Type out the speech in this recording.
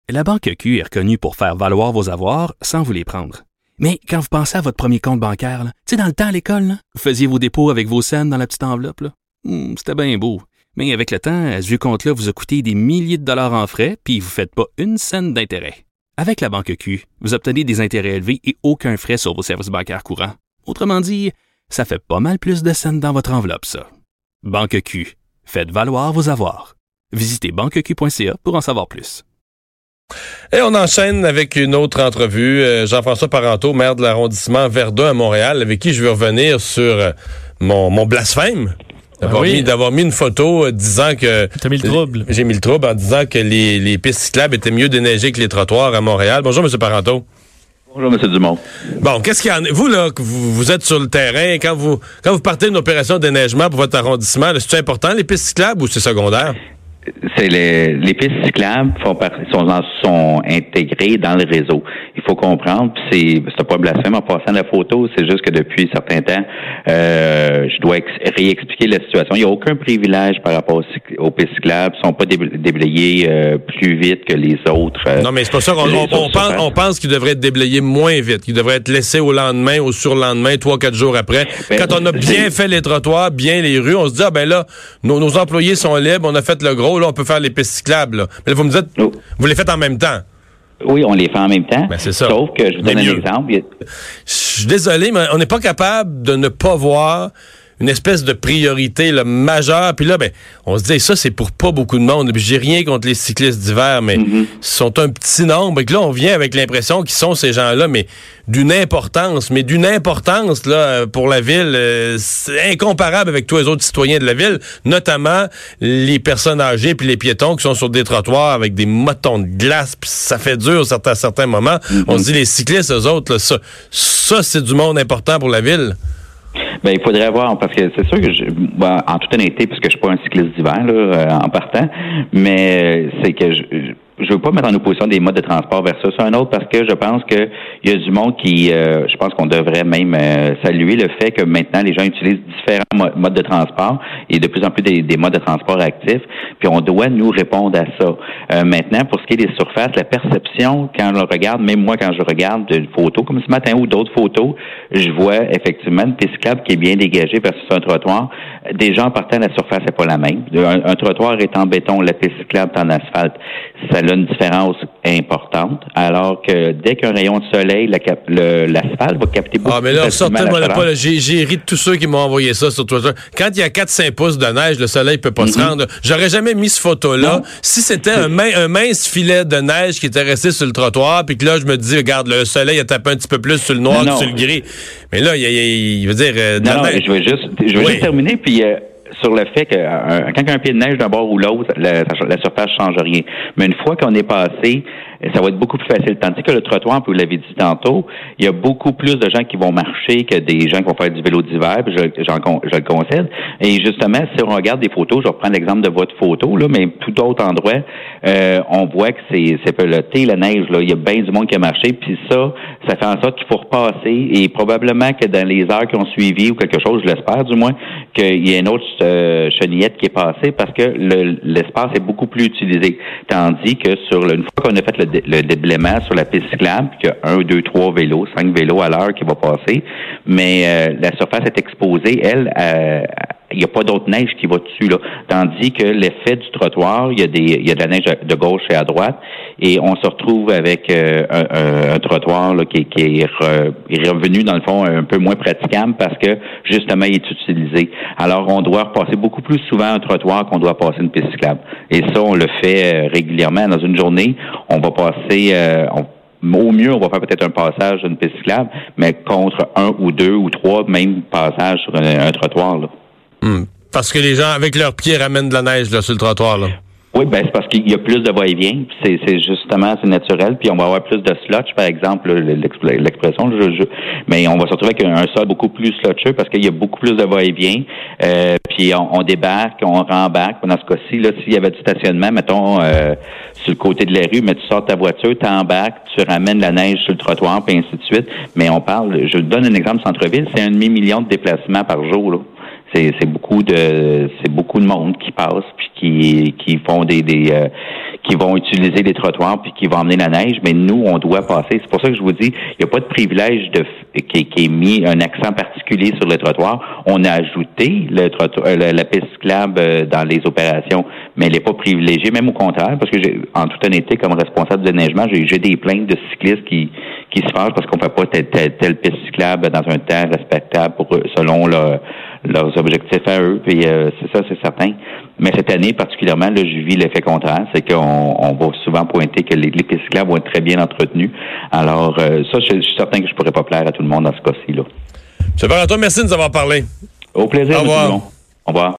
La Banque Q est reconnue pour faire valoir vos avoirs sans vous les prendre. Mais quand vous pensez à votre premier compte bancaire, tu sais, dans le temps à l'école, là, vous faisiez vos dépôts avec vos scènes dans la petite enveloppe. Là. C'était bien beau. Mais avec le temps, ce vieux compte-là vous a coûté des milliers de dollars en frais, puis vous ne faites pas une scène d'intérêt. Avec la Banque Q, vous obtenez des intérêts élevés et aucun frais sur vos services bancaires courants. Autrement dit, ça fait pas mal plus de scènes dans votre enveloppe, ça. Banque Q. Faites valoir vos avoirs. Visitez banqueq.ca pour en savoir plus. Et on enchaîne avec une autre entrevue. Jean-François Parenteau, maire de l'arrondissement Verdun à Montréal, avec qui je vais revenir sur mon blasphème. D'avoir mis une photo disant que... T'as mis le trouble. J'ai mis le trouble en disant que les pistes cyclables étaient mieux déneigées que les trottoirs à Montréal. Bonjour, M. Parenteau. Bonjour, M. Dumont. Bon, qu'est-ce qu'il y en a? Vous, là, que vous êtes sur le terrain, quand vous partez d'une opération de déneigement pour votre arrondissement, là, c'est important, les pistes cyclables, ou c'est secondaire? C'est les pistes cyclables sont intégrées dans le réseau. Il faut comprendre, puis c'est pas un blasphème en passant la photo, c'est juste que depuis un certain temps, je dois réexpliquer la situation. Il n'y a aucun privilège par rapport aux pistes cyclables, ils sont pas déblayés plus vite que les autres. Non, mais c'est pas ça. On pense qu'ils devraient être déblayés moins vite, qu'ils devraient être laissés au lendemain, au surlendemain, 3-4 jours après. Quand on a bien fait les trottoirs, bien les rues, on se dit, nos employés sont libres, on a fait le gros, là, on peut faire les pistes cyclables. Là. Mais là, vous me dites, vous les faites en même temps. Oui, on les fait en même temps. Ben, c'est ça. Sauf que je vous donne un exemple. Je suis désolé, mais on n'est pas capable de ne pas voir une espèce de priorité là, majeure. Puis là, on se dit, ça, c'est pour pas beaucoup de monde. Puis j'ai rien contre les cyclistes d'hiver, mais ils sont un petit nombre. Et que là, on vient avec l'impression qu'ils sont ces gens-là, mais d'une importance là, pour la ville, c'est incomparable avec tous les autres citoyens de la ville, notamment les personnes âgées puis les piétons qui sont sur des trottoirs avec des motons de glace, puis ça fait dur à certains moments. On se dit, les cyclistes, eux autres, là, ça, c'est du monde important pour la ville. Il faudrait voir, parce que c'est sûr que en toute honnêteté, puisque je suis pas un cycliste d'hiver, là, en partant, mais c'est que je veux pas mettre en opposition des modes de transport versus un autre, parce que je pense que il y a du monde qui, je pense qu'on devrait même saluer le fait que maintenant les gens utilisent différents modes de transport et de plus en plus des modes de transport actifs, puis on doit nous répondre à ça. Maintenant, pour ce qui est des surfaces, la perception, quand on regarde, même moi quand je regarde une photo comme ce matin ou d'autres photos, je vois effectivement une piste cyclable qui est bien dégagée versus un trottoir. Déjà en partant, la surface n'est pas la même. Un trottoir est en béton, la piste cyclable est en asphalte. Ça a une différence importante, alors que dès qu'un rayon de soleil, l'asphalte va capter beaucoup mais là, sortez-moi la pas. J'ai ri de tous ceux qui m'ont envoyé ça sur Twitter. Quand il y a 4-5 pouces de neige, le soleil peut pas se rendre. J'aurais jamais mis cette photo-là. Si c'était un mince filet de neige qui était resté sur le trottoir, puis que là, je me dis, regarde, le soleil a tapé un petit peu plus sur le noir que sur le gris. Mais là, il veut dire... je vais juste terminer, puis... sur le fait que quand il y a un pied de neige d'un bord ou l'autre, la surface ne change rien. Mais une fois qu'on est passé, ça va être beaucoup plus facile. Tandis que le trottoir, vous l'avez dit tantôt, il y a beaucoup plus de gens qui vont marcher que des gens qui vont faire du vélo d'hiver, puis je le concède. Et justement, si on regarde des photos, je vais reprendre l'exemple de votre photo, là, mais tout autre endroit, on voit que c'est peloté, la neige, là, il y a bien du monde qui a marché, puis ça fait en sorte qu'il faut repasser, et probablement que dans les heures qui ont suivi, ou quelque chose, je l'espère du moins, qu'il y a une autre chenillette qui est passée, parce que l'espace est beaucoup plus utilisé. Tandis que une fois qu'on a fait le déblaiement sur la piste cyclable, qu'il y a 1, 2, 3 vélos, 5 vélos à l'heure qui va passer, mais la surface est exposée, il n'y a pas d'autre neige qui va dessus, là. Tandis que l'effet du trottoir, il y a de la neige de gauche et à droite, et on se retrouve avec un trottoir là, qui est revenu, dans le fond, un peu moins praticable parce que, justement, il est utilisé. Alors, on doit repasser beaucoup plus souvent un trottoir qu'on doit passer une piste cyclable. Et ça, on le fait régulièrement. Dans une journée, on va passer... au mieux, on va faire peut-être un passage d'une piste cyclable, mais contre 1 ou 2 ou 3, même passages sur un trottoir, là. Parce que les gens, avec leurs pieds, ramènent de la neige là, sur le trottoir, là. Oui, c'est parce qu'il y a plus de va-et-vient. C'est justement, c'est naturel. Puis on va avoir plus de slotch, par exemple, l'expression. Mais on va se retrouver avec un sol beaucoup plus slotcheux parce qu'il y a beaucoup plus de va-et-vient. Puis on débarque, on rembarque. Dans ce cas-ci, là, s'il y avait du stationnement, mettons, sur le côté de la rue, mais tu sors ta voiture, tu embarques, tu ramènes la neige sur le trottoir, puis ainsi de suite. Mais je donne un exemple centre-ville, c'est 1,5 million de déplacements par jour, là. c'est beaucoup de monde qui passe puis qui font qui vont utiliser les trottoirs puis qui vont emmener la neige, mais nous on doit passer. C'est pour ça que je vous dis, il n'y a pas de privilège qui est mis un accent particulier sur le trottoir. On a ajouté la piste cyclable dans les opérations, mais elle n'est pas privilégiée, même au contraire, parce que en toute honnêteté, comme responsable de neigement, j'ai des plaintes de cyclistes qui se fâchent parce qu'on ne fait pas telle piste cyclable dans un temps respectable selon leurs objectifs à eux. Puis c'est ça, c'est certain. Mais cette année, particulièrement, là, je vis l'effet contraire, c'est qu'on va souvent pointer que les pistes cyclables vont être très bien entretenues. Alors, ça, je suis certain que je pourrais pas plaire à tout le monde dans ce cas-ci, là. M. Parenteau, merci de nous avoir parlé. Au plaisir, Au revoir. M. Au revoir.